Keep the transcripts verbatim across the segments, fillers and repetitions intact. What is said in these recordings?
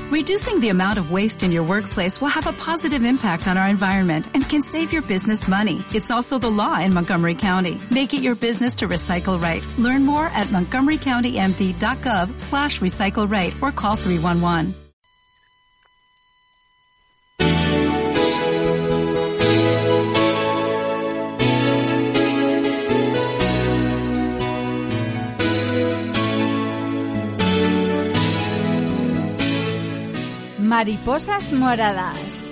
Reducing the amount of waste in your workplace will have a positive impact on our environment and can save your business money. It's also the law in Montgomery County. Make it your business to recycle right. Learn more at montgomery county m d dot gov slash recycle right or call three one one. Mariposas moradas.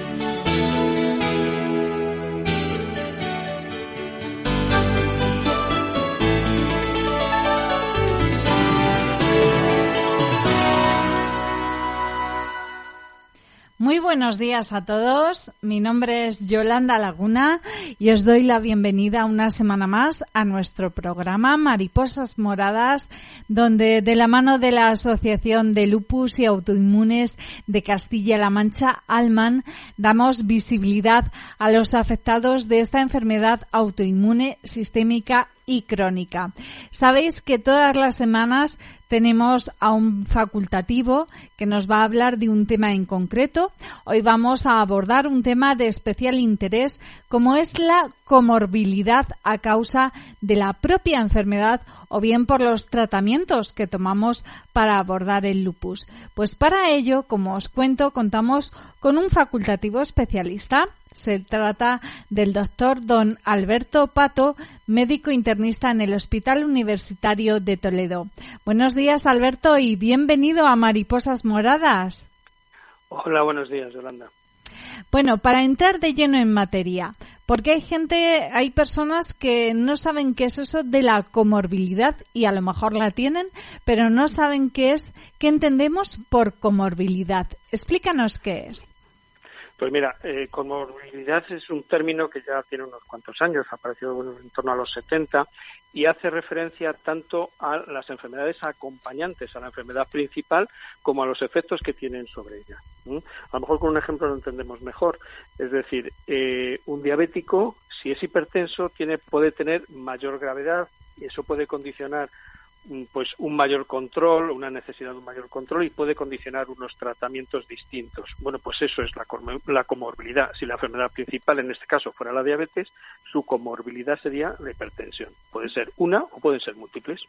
Muy buenos días a todos. Mi nombre es Yolanda Laguna y os doy la bienvenida una semana más a nuestro programa Mariposas Moradas, donde de la mano de la Asociación de Lupus y Autoinmunes de Castilla-La Mancha, ALMAN, damos visibilidad a los afectados de esta enfermedad autoinmune sistémica y crónica. Sabéis que todas las semanas tenemos a un facultativo que nos va a hablar de un tema en concreto. Hoy vamos a abordar un tema de especial interés, como es la comorbilidad a causa de la propia enfermedad o bien por los tratamientos que tomamos para abordar el lupus. Pues para ello, como os cuento, contamos con un facultativo especialista. Se trata del doctor don Alberto Pato, médico internista en el Hospital Universitario de Toledo. Buenos días, Alberto, y bienvenido a Mariposas Moradas. Hola, buenos días, Yolanda. Bueno, para entrar de lleno en materia, porque hay gente, hay personas que no saben qué es eso de la comorbilidad y a lo mejor la tienen, pero no saben qué es, qué entendemos por comorbilidad. Explícanos qué es. Pues mira, eh, comorbilidad es un término que ya tiene unos cuantos años, ha aparecido bueno, en torno a los setenta y hace referencia tanto a las enfermedades acompañantes a la enfermedad principal como a los efectos que tienen sobre ella. ¿Mm? A lo mejor con un ejemplo lo entendemos mejor. Es decir, eh, un diabético, si es hipertenso, tiene puede tener mayor gravedad y eso puede condicionar pues un mayor control, una necesidad de un mayor control y puede condicionar unos tratamientos distintos. Bueno, pues eso es la, la comorbilidad. Si la enfermedad principal, en este caso, fuera la diabetes, su comorbilidad sería la hipertensión. Puede ser una o pueden ser múltiples.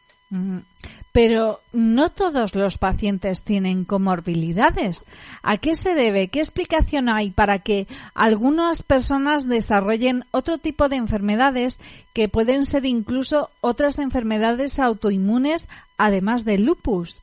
Pero no todos los pacientes tienen comorbilidades. ¿A qué se debe? ¿Qué explicación hay para que algunas personas desarrollen otro tipo de enfermedades que pueden ser incluso otras enfermedades autoinmunes además del lupus?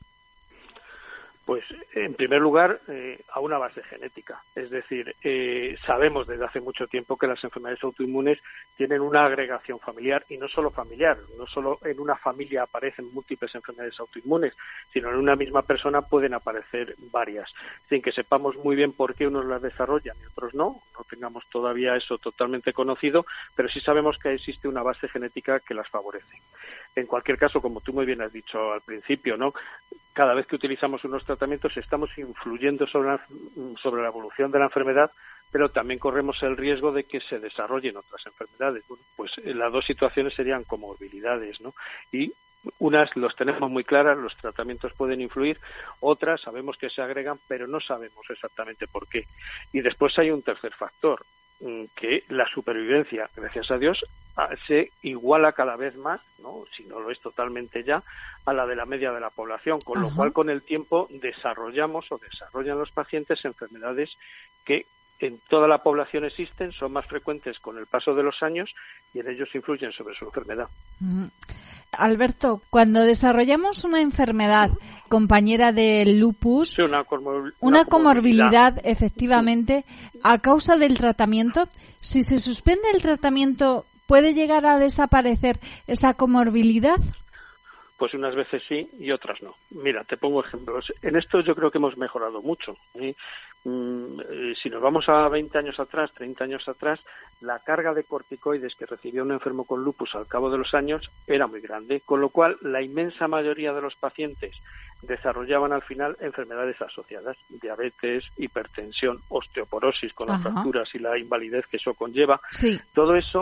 Pues, en primer lugar, eh, a una base genética. Es decir, eh, sabemos desde hace mucho tiempo que las enfermedades autoinmunes tienen una agregación familiar, y no solo familiar, no solo en una familia aparecen múltiples enfermedades autoinmunes, sino en una misma persona pueden aparecer varias, sin que sepamos muy bien por qué unos las desarrollan y otros no, no tengamos todavía eso totalmente conocido, pero sí sabemos que existe una base genética que las favorece. En cualquier caso, como tú muy bien has dicho al principio, ¿no? Cada vez que utilizamos unos tratamientos estamos influyendo sobre la, sobre la evolución de la enfermedad, pero también corremos el riesgo de que se desarrollen otras enfermedades. Bueno, pues las dos situaciones serían comorbilidades, ¿no? Y unas los tenemos muy claras, los tratamientos pueden influir, otras sabemos que se agregan, pero no sabemos exactamente por qué. Y después hay un tercer factor, que la supervivencia, gracias a Dios, se iguala cada vez más, ¿no? Si no lo es totalmente ya, a la de la media de la población, con Ajá. lo cual con el tiempo desarrollamos o desarrollan los pacientes enfermedades que en toda la población existen, son más frecuentes con el paso de los años y en ellos influyen sobre su enfermedad. Uh-huh. Alberto, cuando desarrollamos una enfermedad compañera del lupus, sí, una, comor- una, una comorbilidad, comorbilidad, efectivamente, a causa del tratamiento, si se suspende el tratamiento, ¿puede llegar a desaparecer esa comorbilidad? Pues unas veces sí y otras no. Mira, te pongo ejemplos. En esto yo creo que hemos mejorado mucho, ¿sí? Mm, eh, si nos vamos a veinte años atrás, treinta años atrás, la carga de corticoides que recibía un enfermo con lupus al cabo de los años era muy grande, con lo cual la inmensa mayoría de los pacientes desarrollaban al final enfermedades asociadas, diabetes, hipertensión, osteoporosis con Ajá. las fracturas y la invalidez que eso conlleva. Sí. Todo eso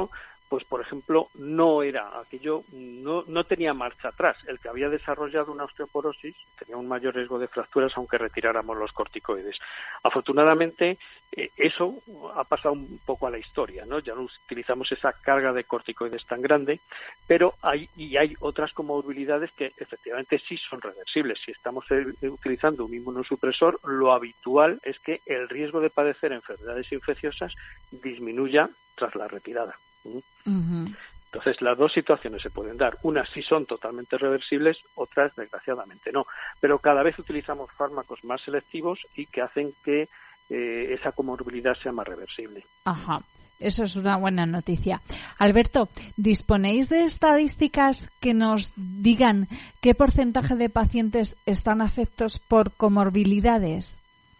pues por ejemplo no era aquello, no, no tenía marcha atrás. El que había desarrollado una osteoporosis tenía un mayor riesgo de fracturas aunque retiráramos los corticoides. Afortunadamente eh, eso ha pasado un poco a la historia, ¿no? Ya no utilizamos esa carga de corticoides tan grande, pero hay y hay otras comorbilidades que efectivamente sí son reversibles. Si estamos eh, utilizando un inmunosupresor, lo habitual es que el riesgo de padecer enfermedades infecciosas disminuya tras la retirada. Uh-huh. Entonces, las dos situaciones se pueden dar. Unas sí son totalmente reversibles, otras, desgraciadamente, no. Pero cada vez utilizamos fármacos más selectivos y que hacen que eh, esa comorbilidad sea más reversible. Ajá. Eso es una buena noticia. Alberto, ¿disponéis de estadísticas que nos digan qué porcentaje de pacientes están afectados por comorbilidades?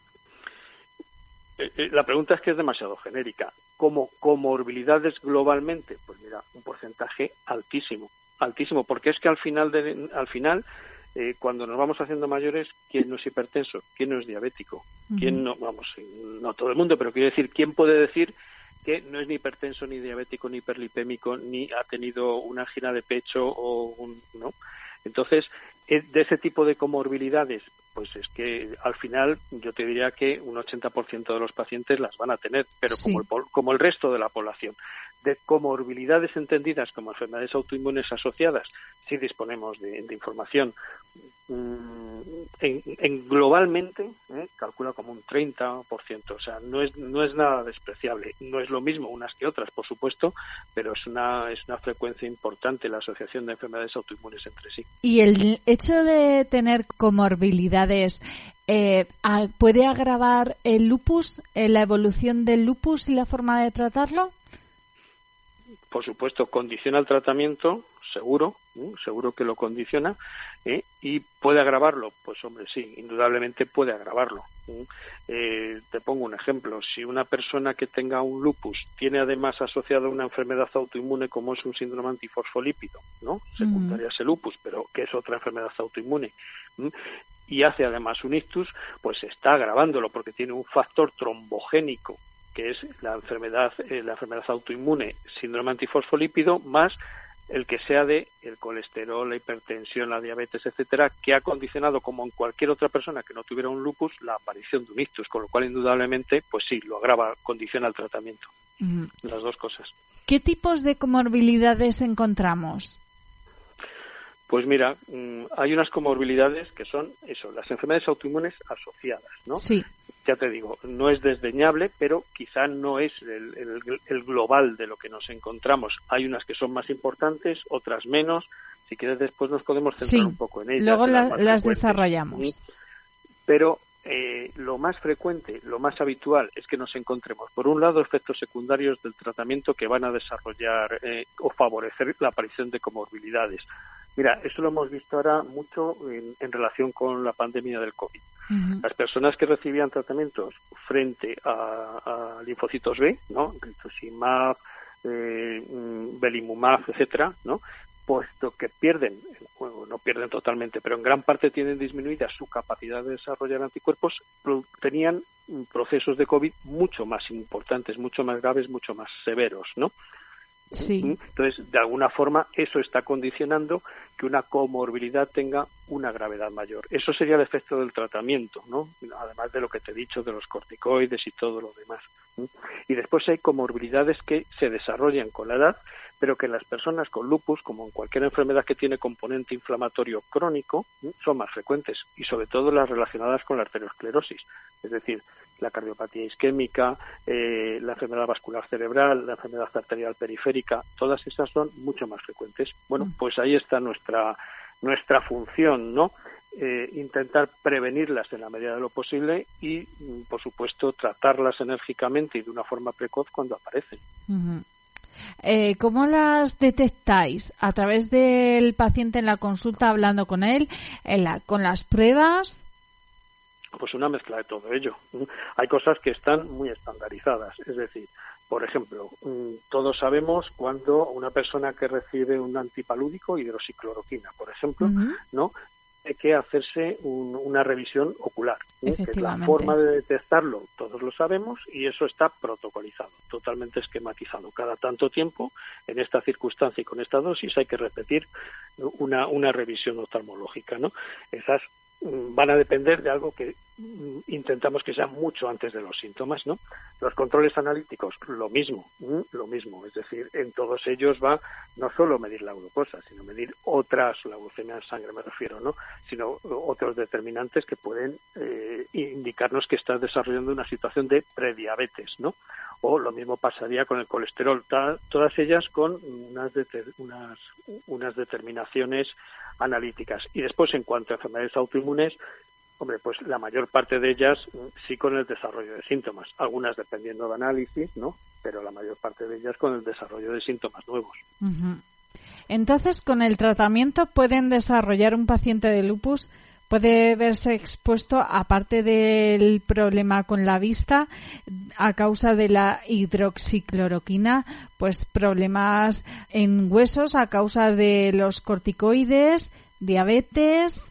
La pregunta es que es demasiado genérica. Como comorbilidades globalmente, pues mira, un porcentaje altísimo, altísimo, porque es que al final, de, al final, eh, cuando nos vamos haciendo mayores, ¿quién no es hipertenso? ¿Quién no es diabético? Uh-huh. ¿Quién no? Vamos, no todo el mundo, pero quiero decir, ¿quién puede decir que no es ni hipertenso, ni diabético, ni hiperlipémico, ni ha tenido una angina de pecho o un, ¿no? Entonces, de ese tipo de comorbilidades, pues es que al final yo te diría que un ochenta por ciento de los pacientes las van a tener, pero sí. como, el, como el resto de la población. De comorbilidades entendidas como enfermedades autoinmunes asociadas, sí disponemos de, de información. En, en globalmente eh, calcula como un treinta por ciento, o sea, no es no es nada despreciable. No es lo mismo unas que otras, por supuesto, pero es una es una frecuencia importante la asociación de enfermedades autoinmunes entre sí. ¿Y el hecho de tener comorbilidades eh, puede agravar el lupus, eh, la evolución del lupus y la forma de tratarlo? Por supuesto, condiciona el tratamiento, seguro, ¿eh? seguro que lo condiciona, ¿eh? y puede agravarlo. Pues hombre, sí, indudablemente puede agravarlo. ¿eh? Eh, te pongo un ejemplo. Si una persona que tenga un lupus tiene además asociado una enfermedad autoinmune como es un síndrome antifosfolípido, ¿no? Secundaria a ese lupus, pero que es otra enfermedad autoinmune, ¿eh? y hace además un ictus, pues está agravándolo porque tiene un factor trombogénico que es la enfermedad eh, la enfermedad autoinmune, síndrome antifosfolípido, más el que sea de el colesterol, la hipertensión, la diabetes, etcétera, que ha condicionado, como en cualquier otra persona que no tuviera un lupus, la aparición de un ictus, con lo cual indudablemente, pues sí, lo agrava, condiciona el tratamiento. Uh-huh. Las dos cosas. ¿Qué tipos de comorbilidades encontramos? Pues mira, hay unas comorbilidades que son eso, las enfermedades autoinmunes asociadas, ¿no? Sí. Ya te digo, no es desdeñable, pero quizá no es el, el, el global de lo que nos encontramos. Hay unas que son más importantes, otras menos. Si quieres, después nos podemos centrar sí. un poco en ellas. Luego en la, las, las desarrollamos. ¿sí? Pero eh, lo más frecuente, lo más habitual es que nos encontremos, por un lado, efectos secundarios del tratamiento que van a desarrollar eh, o favorecer la aparición de comorbilidades. Mira, eso lo hemos visto ahora mucho en, en relación con la pandemia del COVID. Uh-huh. Las personas que recibían tratamientos frente a, a linfocitos B, ¿no? Rituximab, eh, belimumab, etcétera, ¿no? Puesto que pierden, bueno, no pierden totalmente, pero en gran parte tienen disminuida su capacidad de desarrollar anticuerpos, tenían procesos de COVID mucho más importantes, mucho más graves, mucho más severos, ¿no? Sí. Entonces, de alguna forma, eso está condicionando que una comorbilidad tenga una gravedad mayor. Eso sería el efecto del tratamiento, ¿no? Además de lo que te he dicho de los corticoides y todo lo demás. Y después hay comorbilidades que se desarrollan con la edad, pero que en las personas con lupus, como en cualquier enfermedad que tiene componente inflamatorio crónico, son más frecuentes, y sobre todo las relacionadas con la arteriosclerosis, es decir, la cardiopatía isquémica, eh, la enfermedad vascular cerebral, la enfermedad arterial periférica, todas esas son mucho más frecuentes. Bueno, pues ahí está nuestra nuestra función, ¿no? Eh, intentar prevenirlas en la medida de lo posible y, por supuesto, tratarlas enérgicamente y de una forma precoz cuando aparecen. Uh-huh. Eh, ¿Cómo las detectáis? ¿A través del paciente en la consulta hablando con él? En la, ¿Con las pruebas? Pues una mezcla de todo ello. Hay cosas que están muy estandarizadas, es decir, por ejemplo, todos sabemos cuando una persona que recibe un antipalúdico, hidroxicloroquina, por ejemplo, uh-huh. ¿no? hay que hacerse un, una revisión ocular, ¿eh? Que es la forma de detectarlo, todos lo sabemos, y eso está protocolizado, totalmente esquematizado. Cada tanto tiempo, en esta circunstancia y con esta dosis, hay que repetir una, una revisión oftalmológica, ¿no? Esas van a depender de algo que intentamos que sea mucho antes de los síntomas, ¿no? Los controles analíticos, lo mismo, ¿eh? lo mismo, es decir, en todos ellos va no solo medir la glucosa, sino medir otras, la glucemia en sangre me refiero, ¿no? Sino otros determinantes que pueden eh, indicarnos que estás desarrollando una situación de prediabetes, ¿no? O lo mismo pasaría con el colesterol, ta, todas ellas con unas, deter, unas, unas determinaciones analíticas. Y después, en cuanto a enfermedades autoinmunes, hombre, pues la mayor parte de ellas sí con el desarrollo de síntomas, algunas dependiendo de análisis, ¿no? Pero la mayor parte de ellas con el desarrollo de síntomas nuevos. Uh-huh. Entonces, con el tratamiento pueden desarrollar un paciente de lupus, puede verse expuesto, aparte del problema con la vista, a causa de la hidroxicloroquina, pues problemas en huesos a causa de los corticoides, diabetes,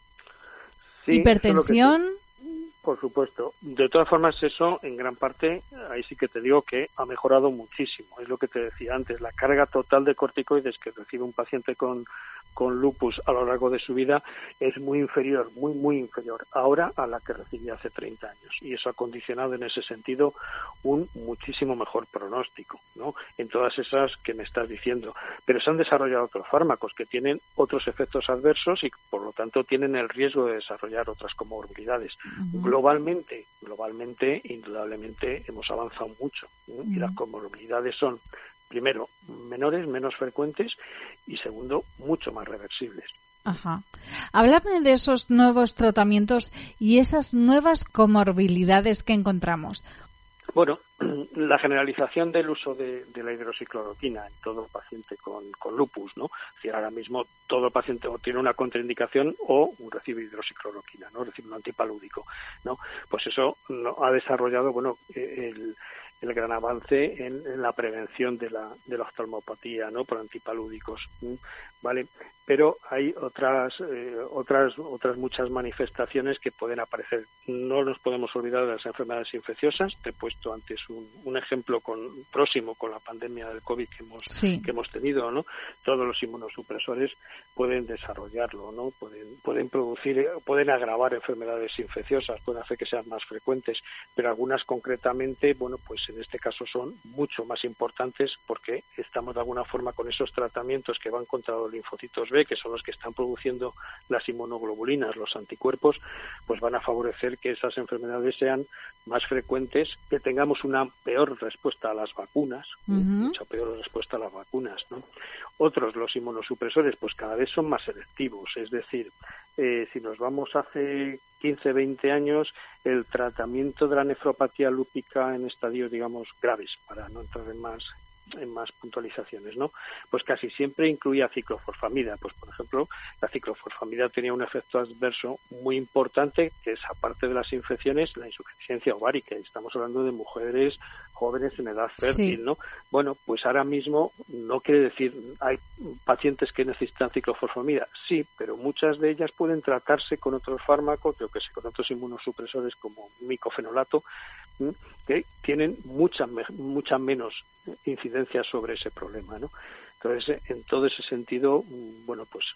sí, hipertensión. Por supuesto. De todas formas, eso, en gran parte, ahí sí que te digo que ha mejorado muchísimo. Es lo que te decía antes, la carga total de corticoides que recibe un paciente con, con lupus a lo largo de su vida es muy inferior, muy, muy inferior ahora a la que recibía hace treinta años. Y eso ha condicionado en ese sentido un muchísimo mejor pronóstico, ¿no? En todas esas que me estás diciendo. Pero se han desarrollado otros fármacos que tienen otros efectos adversos y, por lo tanto, tienen el riesgo de desarrollar otras comorbilidades. Uh-huh. Globalmente, globalmente, indudablemente hemos avanzado mucho, ¿eh? Uh-huh. Y las comorbilidades son, primero, menores, menos frecuentes y, segundo, mucho más reversibles. Ajá. Háblame de esos nuevos tratamientos y esas nuevas comorbilidades que encontramos. Bueno, la generalización del uso de, de la hidroxicloroquina en todo paciente con, con lupus, ¿no? Es decir, ahora mismo todo paciente o tiene una contraindicación o recibe hidroxicloroquina, ¿no? Recibe un antipalúdico, ¿no? Pues eso no, ha desarrollado, bueno, el, el gran avance en, en la prevención de la, de la oftalmopatía, ¿no? Por antipalúdicos, ¿vale? Pero hay otras eh, otras otras muchas manifestaciones que pueden aparecer. No nos podemos olvidar de las enfermedades infecciosas. Te he puesto antes un, un ejemplo con, próximo con la pandemia del COVID que hemos sí. que hemos tenido, ¿no? Todos los inmunosupresores pueden desarrollarlo, ¿no? Pueden pueden producir, pueden agravar enfermedades infecciosas, pueden hacer que sean más frecuentes, pero algunas concretamente, bueno, pues en este caso son mucho más importantes porque estamos de alguna forma con esos tratamientos que van contra los linfocitos B, que son los que están produciendo las inmunoglobulinas, los anticuerpos, pues van a favorecer que esas enfermedades sean más frecuentes, que tengamos una peor respuesta a las vacunas, uh-huh. mucha peor respuesta a las vacunas, ¿no? Otros, los inmunosupresores, pues cada vez son más selectivos, es decir, eh, si nos vamos hace quince, veinte años, el tratamiento de la nefropatía lúpica en estadios, digamos, graves, para no entrar en más en más puntualizaciones, ¿no? Pues casi siempre incluía ciclofosfamida. Pues, por ejemplo, la ciclofosfamida tenía un efecto adverso muy importante, que es, aparte de las infecciones, la insuficiencia ovárica. Estamos hablando de mujeres jóvenes en edad fértil, sí. ¿no? Bueno, pues ahora mismo no quiere decir, hay pacientes que necesitan ciclofosfamida, sí, pero muchas de ellas pueden tratarse con otros fármacos, yo que sé, con otros inmunosupresores como micofenolato, ¿sí? Que tienen mucha, mucha menos incidencia sobre ese problema, ¿no? Entonces, en todo ese sentido, bueno, pues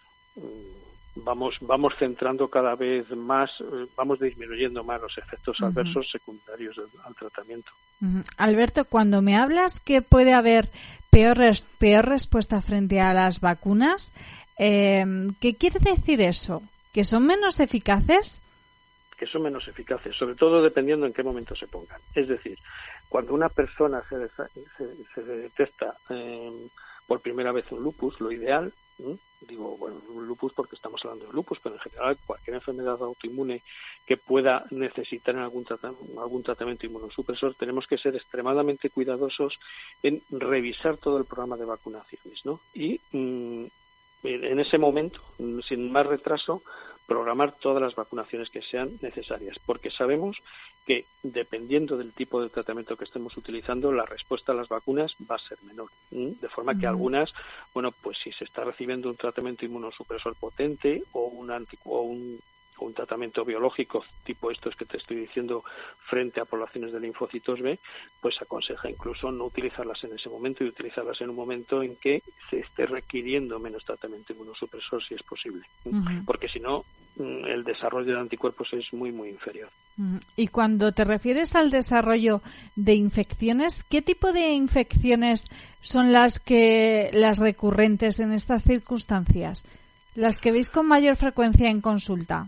vamos vamos centrando cada vez más, vamos disminuyendo más los efectos uh-huh. adversos secundarios al tratamiento. Uh-huh. Alberto, cuando me hablas que puede haber peor, peor respuesta frente a las vacunas, eh, ¿qué quiere decir eso? ¿Que son menos eficaces? Que son menos eficaces, sobre todo dependiendo en qué momento se pongan. Es decir, cuando una persona se, desa- se, se detecta eh, por primera vez un lupus, lo ideal, ¿eh? digo, bueno, un lupus porque estamos hablando de lupus, pero en general cualquier enfermedad autoinmune que pueda necesitar algún, trata- algún tratamiento inmunosupresor, tenemos que ser extremadamente cuidadosos en revisar todo el programa de vacunaciones, ¿no? Y mm, en ese momento, sin más retraso, programar todas las vacunaciones que sean necesarias, porque sabemos que dependiendo del tipo de tratamiento que estemos utilizando, la respuesta a las vacunas va a ser menor. ¿Mm? De forma que algunas, bueno, pues si se está recibiendo un tratamiento inmunosupresor potente o un anti, o un o un tratamiento biológico tipo estos que te estoy diciendo frente a poblaciones de linfocitos B, pues aconseja incluso no utilizarlas en ese momento y utilizarlas en un momento en que se esté requiriendo menos tratamiento inmunosupresor si es posible, uh-huh. porque si no el desarrollo de anticuerpos es muy muy inferior. Uh-huh. Y cuando te refieres al desarrollo de infecciones, ¿qué tipo de infecciones son las que las recurrentes en estas circunstancias? ¿Las que veis con mayor frecuencia en consulta?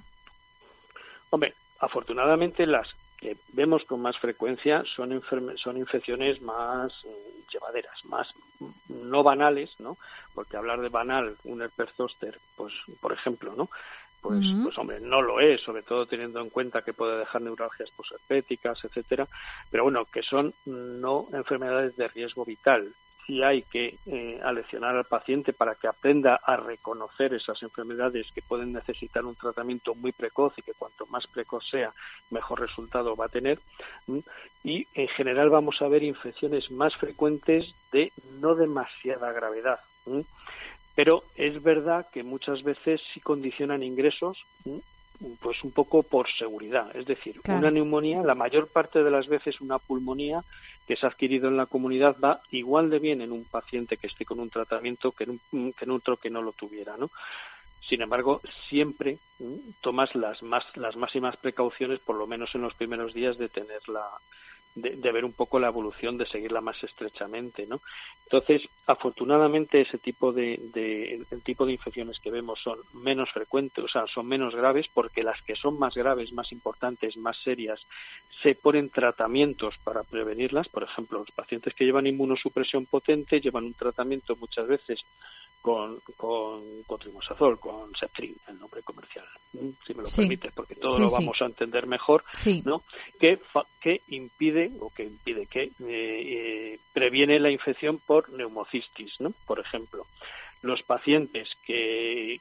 Hombre, afortunadamente las que vemos con más frecuencia son enferme- son infecciones más mm, llevaderas, más mm, no banales, ¿no? Porque hablar de banal, un herpes zóster, pues, por ejemplo, ¿no? Pues, uh-huh. pues hombre, no lo es, sobre todo teniendo en cuenta que puede dejar neuralgias posherpéticas, etcétera. Pero bueno, que son no enfermedades de riesgo vital. Sí hay que eh, aleccionar al paciente para que aprenda a reconocer esas enfermedades que pueden necesitar un tratamiento muy precoz y que cuanto más precoz sea, mejor resultado va a tener. Y en general vamos a ver infecciones más frecuentes de no demasiada gravedad. Pero es verdad que muchas veces sí condicionan ingresos, pues un poco por seguridad. Es decir, claro. Una neumonía, la mayor parte de las veces una pulmonía que se ha adquirido en la comunidad va igual de bien en un paciente que esté con un tratamiento que en, un, que en otro que no lo tuviera, ¿no? Sin embargo, siempre ¿m? tomas las más las máximas precauciones, por lo menos en los primeros días, de tener la de, de ver un poco la evolución, de seguirla más estrechamente, ¿no? Entonces, afortunadamente, ese tipo de, de el tipo de infecciones que vemos son menos frecuentes, o sea, son menos graves, porque las que son más graves, más importantes, más serias, se ponen tratamientos para prevenirlas. Por ejemplo, los pacientes que llevan inmunosupresión potente llevan un tratamiento muchas veces con con, con trimosazol, con Septrin, el nombre comercial, si me lo sí. permites, porque todo sí, lo vamos sí. a entender mejor, sí. ¿no? Que que impide o que impide que eh, eh, previene la infección por neumocistis, ¿no? Por ejemplo, los pacientes que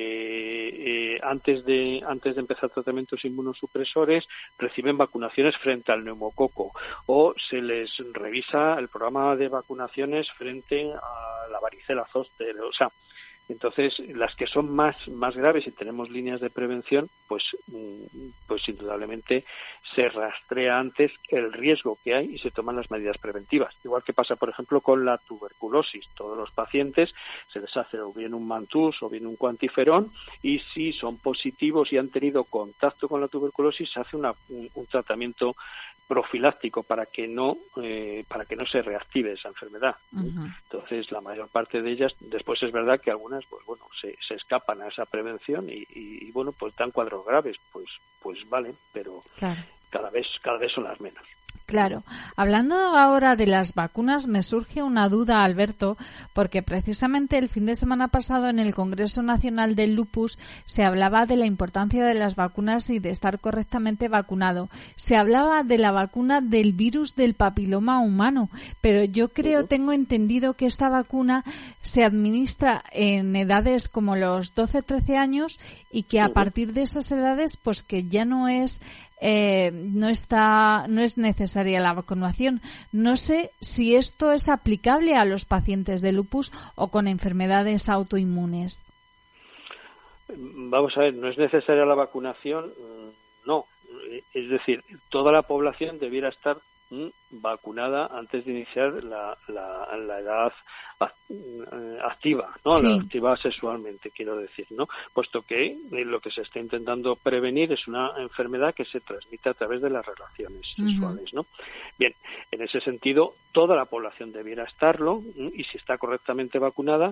que eh, antes de antes de empezar tratamientos inmunosupresores reciben vacunaciones frente al neumococo o se les revisa el programa de vacunaciones frente a la varicela zóster, o sea, entonces las que son más más graves y tenemos líneas de prevención, pues pues indudablemente se rastrea antes el riesgo que hay y se toman las medidas preventivas. Igual que pasa, por ejemplo, con la tuberculosis. Todos los pacientes se les hace o bien un mantús o bien un cuantiferón y si son positivos y han tenido contacto con la tuberculosis se hace una, un, un tratamiento profiláctico para que no eh, para que no se reactive esa enfermedad. Uh-huh. Entonces la mayor parte de ellas, después es verdad que algunas pues bueno se, se escapan a esa prevención y, y, y bueno pues dan cuadros graves, pues pues vale, pero claro. cada vez cada vez son las menos. Claro. Hablando ahora de las vacunas, me surge una duda, Alberto, porque precisamente el fin de semana pasado en el Congreso Nacional del Lupus se hablaba de la importancia de las vacunas y de estar correctamente vacunado. Se hablaba de la vacuna del virus del papiloma humano, pero yo creo, tengo entendido que esta vacuna se administra en edades como los doce trece años y que a partir de esas edades, pues que ya no es Eh, no está, no es necesaria la vacunación. No sé si esto es aplicable a los pacientes de lupus o con enfermedades autoinmunes. Vamos a ver, ¿no es necesaria la vacunación? No. Es decir, toda la población debiera estar vacunada antes de iniciar la, la, la edad activa, ¿no? Sí. La activa sexualmente, quiero decir, ¿no? Puesto que lo que se está intentando prevenir es una enfermedad que se transmite a través de las relaciones uh-huh. sexuales, ¿no? Bien, en ese sentido, toda la población debiera estarlo y si está correctamente vacunada,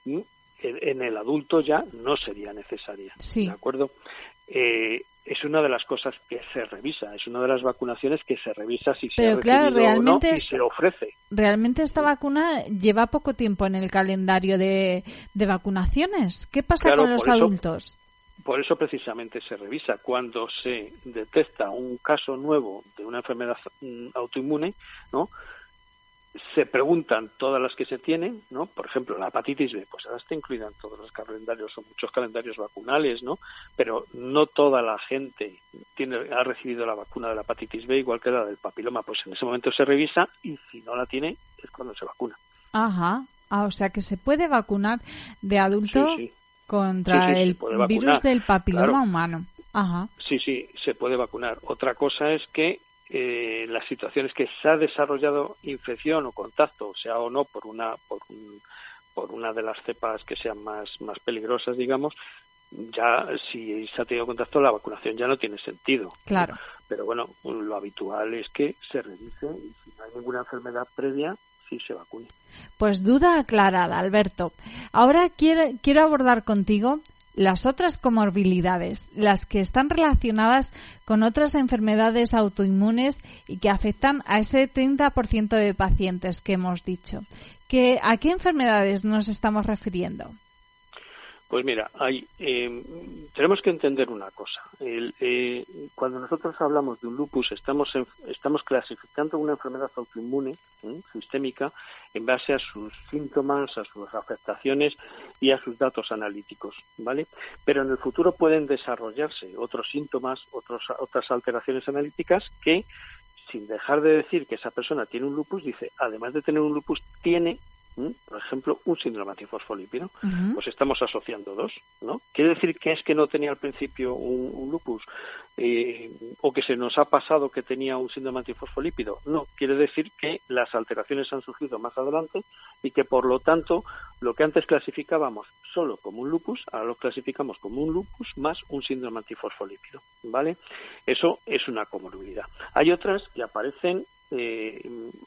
en el adulto ya no sería necesaria, sí. ¿de acuerdo? Eh, es una de las cosas que se revisa, es una de las vacunaciones que se revisa si Pero se ha claro, recibido realmente o no y se ofrece. Realmente esta vacuna lleva poco tiempo en el calendario de, de vacunaciones. ¿Qué pasa claro, con los por eso, adultos? Por eso precisamente se revisa. Cuando se detecta un caso nuevo de una enfermedad autoinmune, ¿no? se preguntan todas las que se tienen, ¿no? Por ejemplo, la hepatitis B, pues ahora está incluida en todos los calendarios, son muchos calendarios vacunales, ¿no? Pero no toda la gente tiene ha recibido la vacuna de la hepatitis B igual que la del papiloma, pues en ese momento se revisa y si no la tiene es cuando se vacuna. Ajá, ah, o sea que se puede vacunar de adulto sí, sí. contra sí, sí, el virus del papiloma claro. humano. Ajá. Sí, sí, se puede vacunar. Otra cosa es que eh, las situaciones que se ha desarrollado infección o contacto, sea o no por una por un, por una de las cepas que sean más más peligrosas, digamos, ya si se ha tenido contacto la vacunación ya no tiene sentido. Claro. Pero bueno, lo habitual es que se revise y si no hay ninguna enfermedad previa, sí se vacune. Pues duda aclarada, Alberto. Ahora quiero quiero abordar contigo las otras comorbilidades, las que están relacionadas con otras enfermedades autoinmunes y que afectan a ese treinta por ciento de pacientes que hemos dicho. ¿Qué, ¿A qué enfermedades nos estamos refiriendo? Pues mira, hay, eh, tenemos que entender una cosa. El, eh, cuando nosotros hablamos de un lupus, estamos en, estamos clasificando una enfermedad autoinmune ¿eh? sistémica en base a sus síntomas, a sus afectaciones y a sus datos analíticos, ¿vale? Pero en el futuro pueden desarrollarse otros síntomas, otros, otras alteraciones analíticas que, sin dejar de decir que esa persona tiene un lupus, dice, además de tener un lupus, tiene por ejemplo, un síndrome antifosfolípido, uh-huh. pues estamos asociando dos, ¿no? Quiere decir que es que no tenía al principio un, un lupus eh, o que se nos ha pasado que tenía un síndrome antifosfolípido. No, quiere decir que las alteraciones han surgido más adelante y que, por lo tanto, lo que antes clasificábamos solo como un lupus, ahora lo clasificamos como un lupus más un síndrome antifosfolípido, ¿vale? Eso es una comorbilidad. Hay otras que aparecen eh,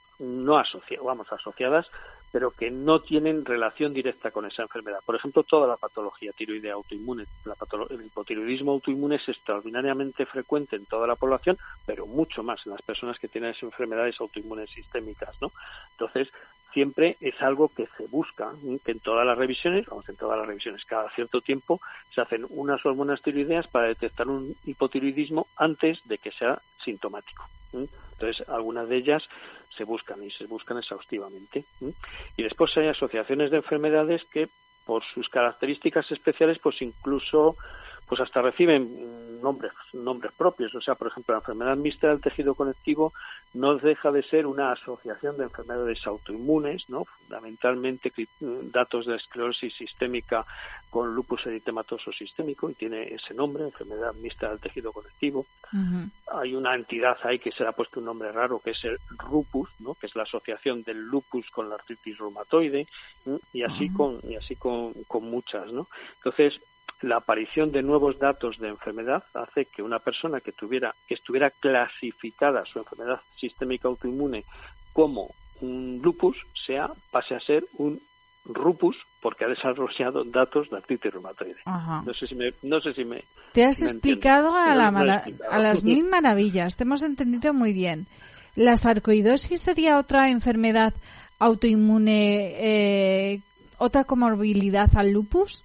no asociadas, vamos, asociadas, pero que no tienen relación directa con esa enfermedad. Por ejemplo, toda la patología tiroidea autoinmune. La patolo- el hipotiroidismo autoinmune es extraordinariamente frecuente en toda la población, pero mucho más en las personas que tienen esas enfermedades autoinmunes sistémicas, ¿no? Entonces, siempre es algo que se busca, ¿eh? que en todas las revisiones, vamos, en todas las revisiones, cada cierto tiempo se hacen unas hormonas tiroideas para detectar un hipotiroidismo antes de que sea sintomático, ¿eh? Entonces, algunas de ellas se buscan y se buscan exhaustivamente. ¿eh? Y después hay asociaciones de enfermedades que, por sus características especiales, pues incluso pues hasta reciben nombres nombres propios. O sea, por ejemplo, la enfermedad mixta del tejido conectivo no deja de ser una asociación de enfermedades autoinmunes, ¿no? Fundamentalmente datos de esclerosis sistémica con lupus eritematoso sistémico, y tiene ese nombre, enfermedad mixta del tejido conectivo. Uh-huh. Hay una entidad ahí que se le ha puesto un nombre raro, que es el lupus, ¿no? Que es la asociación del lupus con la artritis reumatoide, ¿no? y así uh-huh. con y así con, con muchas, ¿no? Entonces, la aparición de nuevos datos de enfermedad hace que una persona que tuviera que estuviera clasificada su enfermedad sistémica autoinmune como un lupus sea pase a ser un rupus, porque ha desarrollado datos de artritis reumatoide. Ajá. No sé si me no sé si me te has me explicado a, la mara- explicado a las mil maravillas, te hemos entendido muy bien. ¿La sarcoidosis sería otra enfermedad autoinmune, eh, otra comorbilidad al lupus?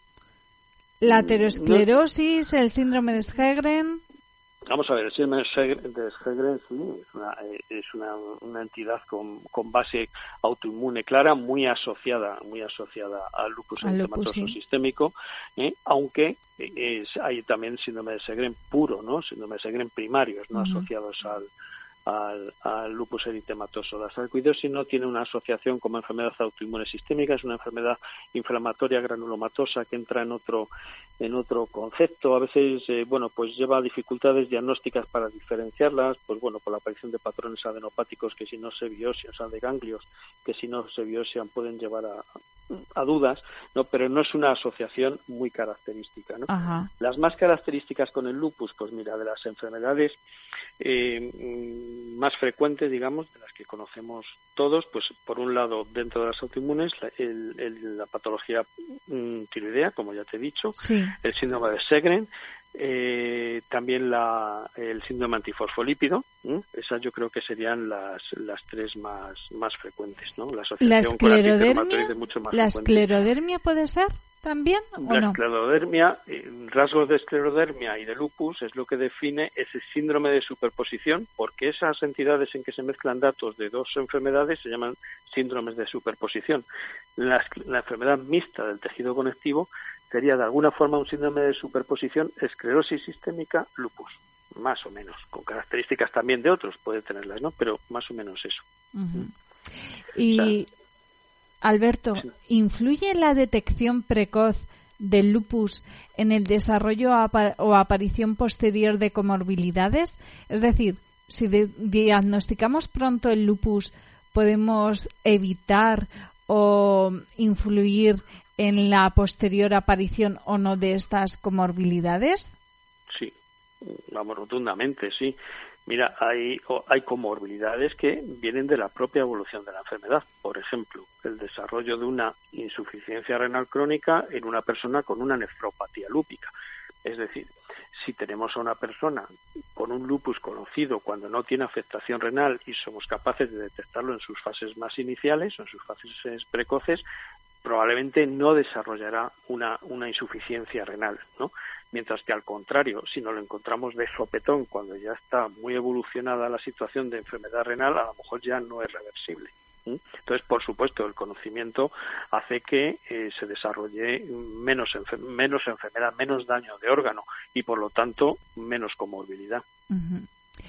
¿La aterosclerosis, el síndrome de Sjögren? Vamos a ver, el síndrome de Sjögren sí, es una, es una, una entidad con, con base autoinmune clara, muy asociada muy asociada al lupus eritematoso sí. sistémico, ¿eh? aunque es, hay también síndrome de Sjögren puro, ¿no? Síndrome de Sjögren primarios, no uh-huh. asociados al Al, al lupus eritematoso. La sarcoidosis no tiene una asociación como enfermedad autoinmune sistémica, es una enfermedad inflamatoria granulomatosa que entra en otro en otro concepto. A veces, eh, bueno, pues lleva dificultades diagnósticas para diferenciarlas, pues bueno, por la aparición de patrones adenopáticos que si no se biopsian, o sea, de ganglios, que si no se biopsian pueden llevar a, a dudas, no, pero no es una asociación muy característica, ¿no? Ajá. Las más características con el lupus, pues mira, de las enfermedades Eh, más frecuentes, digamos, de las que conocemos todos, pues por un lado, dentro de las autoinmunes, la, el, el, la patología mm, tiroidea, como ya te he dicho, sí. el síndrome de Sjögren, eh, también la, el síndrome antifosfolípido, ¿eh? Esas yo creo que serían las las tres más más frecuentes, ¿no? La asociación ¿La esclerodermia, con artritis reumatoide mucho más ¿La frecuente. esclerodermia puede ser también o La no? esclerodermia, rasgos de esclerodermia y de lupus es lo que define ese síndrome de superposición, porque esas entidades en que se mezclan datos de dos enfermedades se llaman síndromes de superposición. La, la enfermedad mixta del tejido conectivo sería de alguna forma un síndrome de superposición, esclerosis sistémica, lupus, más o menos, con características también de otros, puede tenerlas, ¿no? Pero más o menos eso. Uh-huh. Y, o sea, Alberto, sí. ¿influye la detección precoz del lupus en el desarrollo o aparición posterior de comorbilidades? Es decir, si de- diagnosticamos pronto el lupus, ¿podemos evitar o influir en la posterior aparición o no de estas comorbilidades? Sí, vamos, rotundamente, sí. Mira, hay, hay comorbilidades que vienen de la propia evolución de la enfermedad. Por ejemplo, el desarrollo de una insuficiencia renal crónica en una persona con una nefropatía lúpica. Es decir, si tenemos a una persona con un lupus conocido cuando no tiene afectación renal y somos capaces de detectarlo en sus fases más iniciales o en sus fases precoces, probablemente no desarrollará una, una insuficiencia renal, ¿no? Mientras que al contrario, si nos lo encontramos de sopetón cuando ya está muy evolucionada la situación de enfermedad renal, a lo mejor ya no es reversible. ¿Mm? Entonces, por supuesto, el conocimiento hace que eh, se desarrolle menos, enfer- menos enfermedad, menos daño de órgano y, por lo tanto, menos comorbilidad. Uh-huh.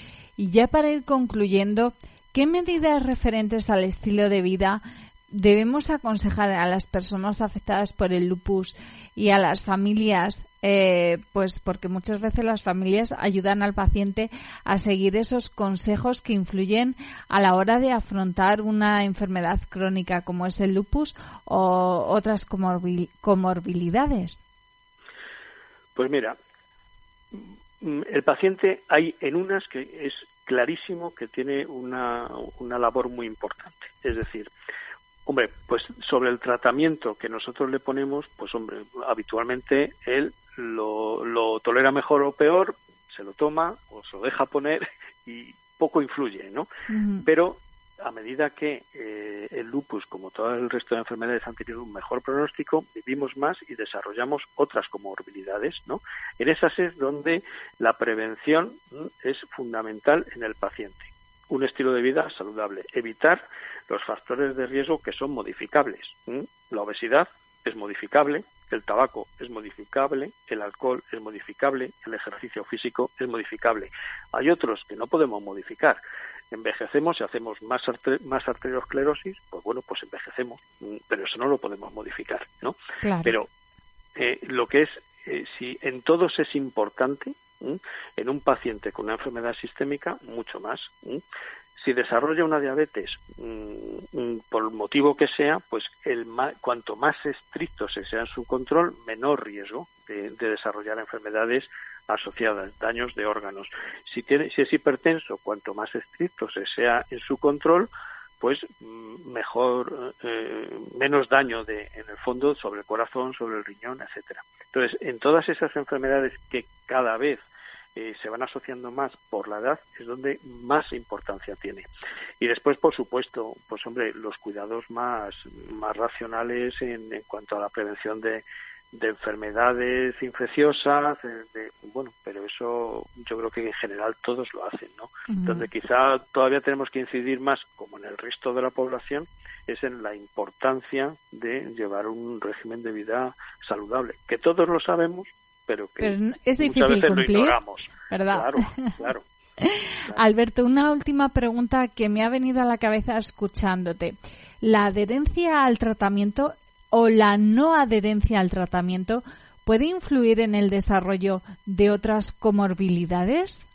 Y ya para ir concluyendo, ¿qué medidas referentes al estilo de vida debemos aconsejar a las personas afectadas por el lupus y a las familias, eh, pues porque muchas veces las familias ayudan al paciente a seguir esos consejos que influyen a la hora de afrontar una enfermedad crónica como es el lupus o otras comorbil- comorbilidades? Pues mira, el paciente hay en unas que es clarísimo que tiene una, una labor muy importante, es decir, hombre, pues sobre el tratamiento que nosotros le ponemos, pues hombre, habitualmente él lo, lo tolera mejor o peor, se lo toma o se lo deja poner y poco influye, ¿no? Uh-huh. Pero a medida que eh, el lupus, como todo el resto de enfermedades, han tenido un mejor pronóstico, vivimos más y desarrollamos otras comorbilidades, ¿no? En esas es donde la prevención ¿no? es fundamental en el paciente. Un estilo de vida saludable, evitar los factores de riesgo que son modificables. ¿Mm? La obesidad es modificable, el tabaco es modificable, el alcohol es modificable, el ejercicio físico es modificable. Hay otros que no podemos modificar. Envejecemos y hacemos más, arter- más arteriosclerosis, pues bueno, pues envejecemos, pero eso no lo podemos modificar, ¿no? Claro. Pero eh, lo que es, eh, si en todos es importante, ¿Mm? en un paciente con una enfermedad sistémica, mucho más. ¿Mm? Si desarrolla una diabetes, mmm, por el motivo que sea, pues el ma- cuanto más estricto se sea en su control, menor riesgo de, de desarrollar enfermedades asociadas, daños de órganos. Si tiene, si es hipertenso, cuanto más estricto se sea en su control, pues mejor, eh, menos daño de, en el fondo sobre el corazón, sobre el riñón, etcétera. Entonces, en todas esas enfermedades que cada vez eh, se van asociando más por la edad, es donde más importancia tiene. Y después, por supuesto, pues hombre, los cuidados más, más racionales en, en cuanto a la prevención de, de enfermedades infecciosas, de, de, bueno, pero eso yo creo que en general todos lo hacen, ¿no? Uh-huh. Donde quizá todavía tenemos que incidir más, como en el resto de la población, es en la importancia de llevar un régimen de vida saludable, que todos lo sabemos, pero que pero es difícil muchas veces cumplir, lo ignoramos. ¿verdad? Claro, claro. Claro. Alberto, una última pregunta que me ha venido a la cabeza escuchándote. ¿La adherencia al tratamiento o la no adherencia al tratamiento puede influir en el desarrollo de otras comorbilidades?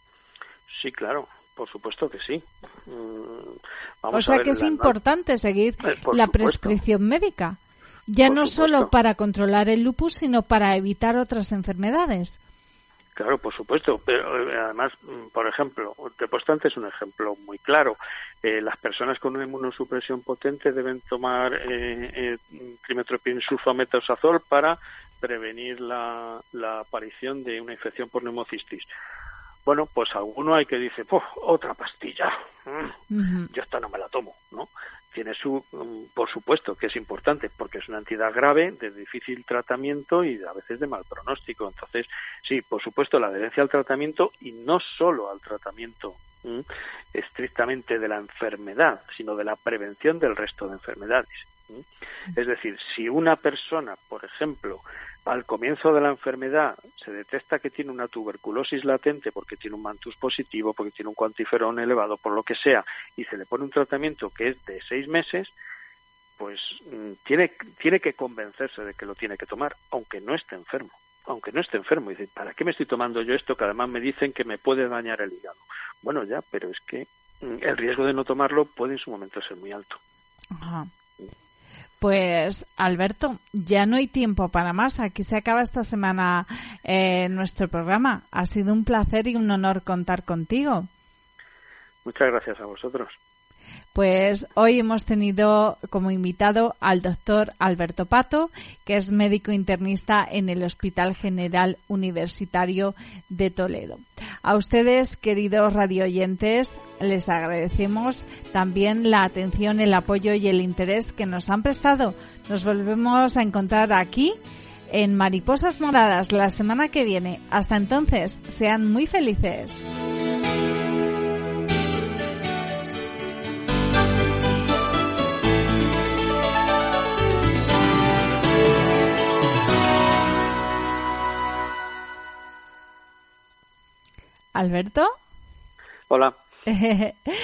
Sí, claro, por supuesto que sí. Vamos o sea a ver, que es la, importante seguir eh, la prescripción médica, ya por no supuesto. Solo para controlar el lupus, sino para evitar otras enfermedades. Claro, por supuesto, pero además, por ejemplo, te he puesto antes un ejemplo muy claro. Eh, las personas con una inmunosupresión potente deben tomar eh, eh, trimethoprim sulfametazol para prevenir la, la aparición de una infección por neumocistis. Bueno, pues alguno hay que dice, ¡puf! Otra pastilla, mm, uh-huh. yo esta no me la tomo, ¿no? tiene su, por supuesto que es importante, porque es una entidad grave, de difícil tratamiento y a veces de mal pronóstico. Entonces, sí, por supuesto, la adherencia al tratamiento, y no solo al tratamiento ¿m? estrictamente de la enfermedad, sino de la prevención del resto de enfermedades. ¿m? Es decir, si una persona, por ejemplo, al comienzo de la enfermedad se detecta que tiene una tuberculosis latente porque tiene un mantus positivo, porque tiene un cuantiferón elevado, por lo que sea, y se le pone un tratamiento que es de seis meses, pues tiene, tiene que convencerse de que lo tiene que tomar, aunque no esté enfermo. aunque no esté enfermo. Y dice, ¿para qué me estoy tomando yo esto? Que además me dicen que me puede dañar el hígado. Bueno, ya, pero es que el riesgo de no tomarlo puede en su momento ser muy alto. Ajá. Pues, Alberto, ya no hay tiempo para más. Aquí se acaba esta semana eh, nuestro programa. Ha sido un placer y un honor contar contigo. Muchas gracias a vosotros. Pues hoy hemos tenido como invitado al doctor Alberto Pato, que es médico internista en el Hospital General Universitario de Toledo. A ustedes, queridos radioyentes, les agradecemos también la atención, el apoyo y el interés que nos han prestado. Nos volvemos a encontrar aquí en Mariposas Moradas la semana que viene. Hasta entonces, sean muy felices. Alberto. Hola.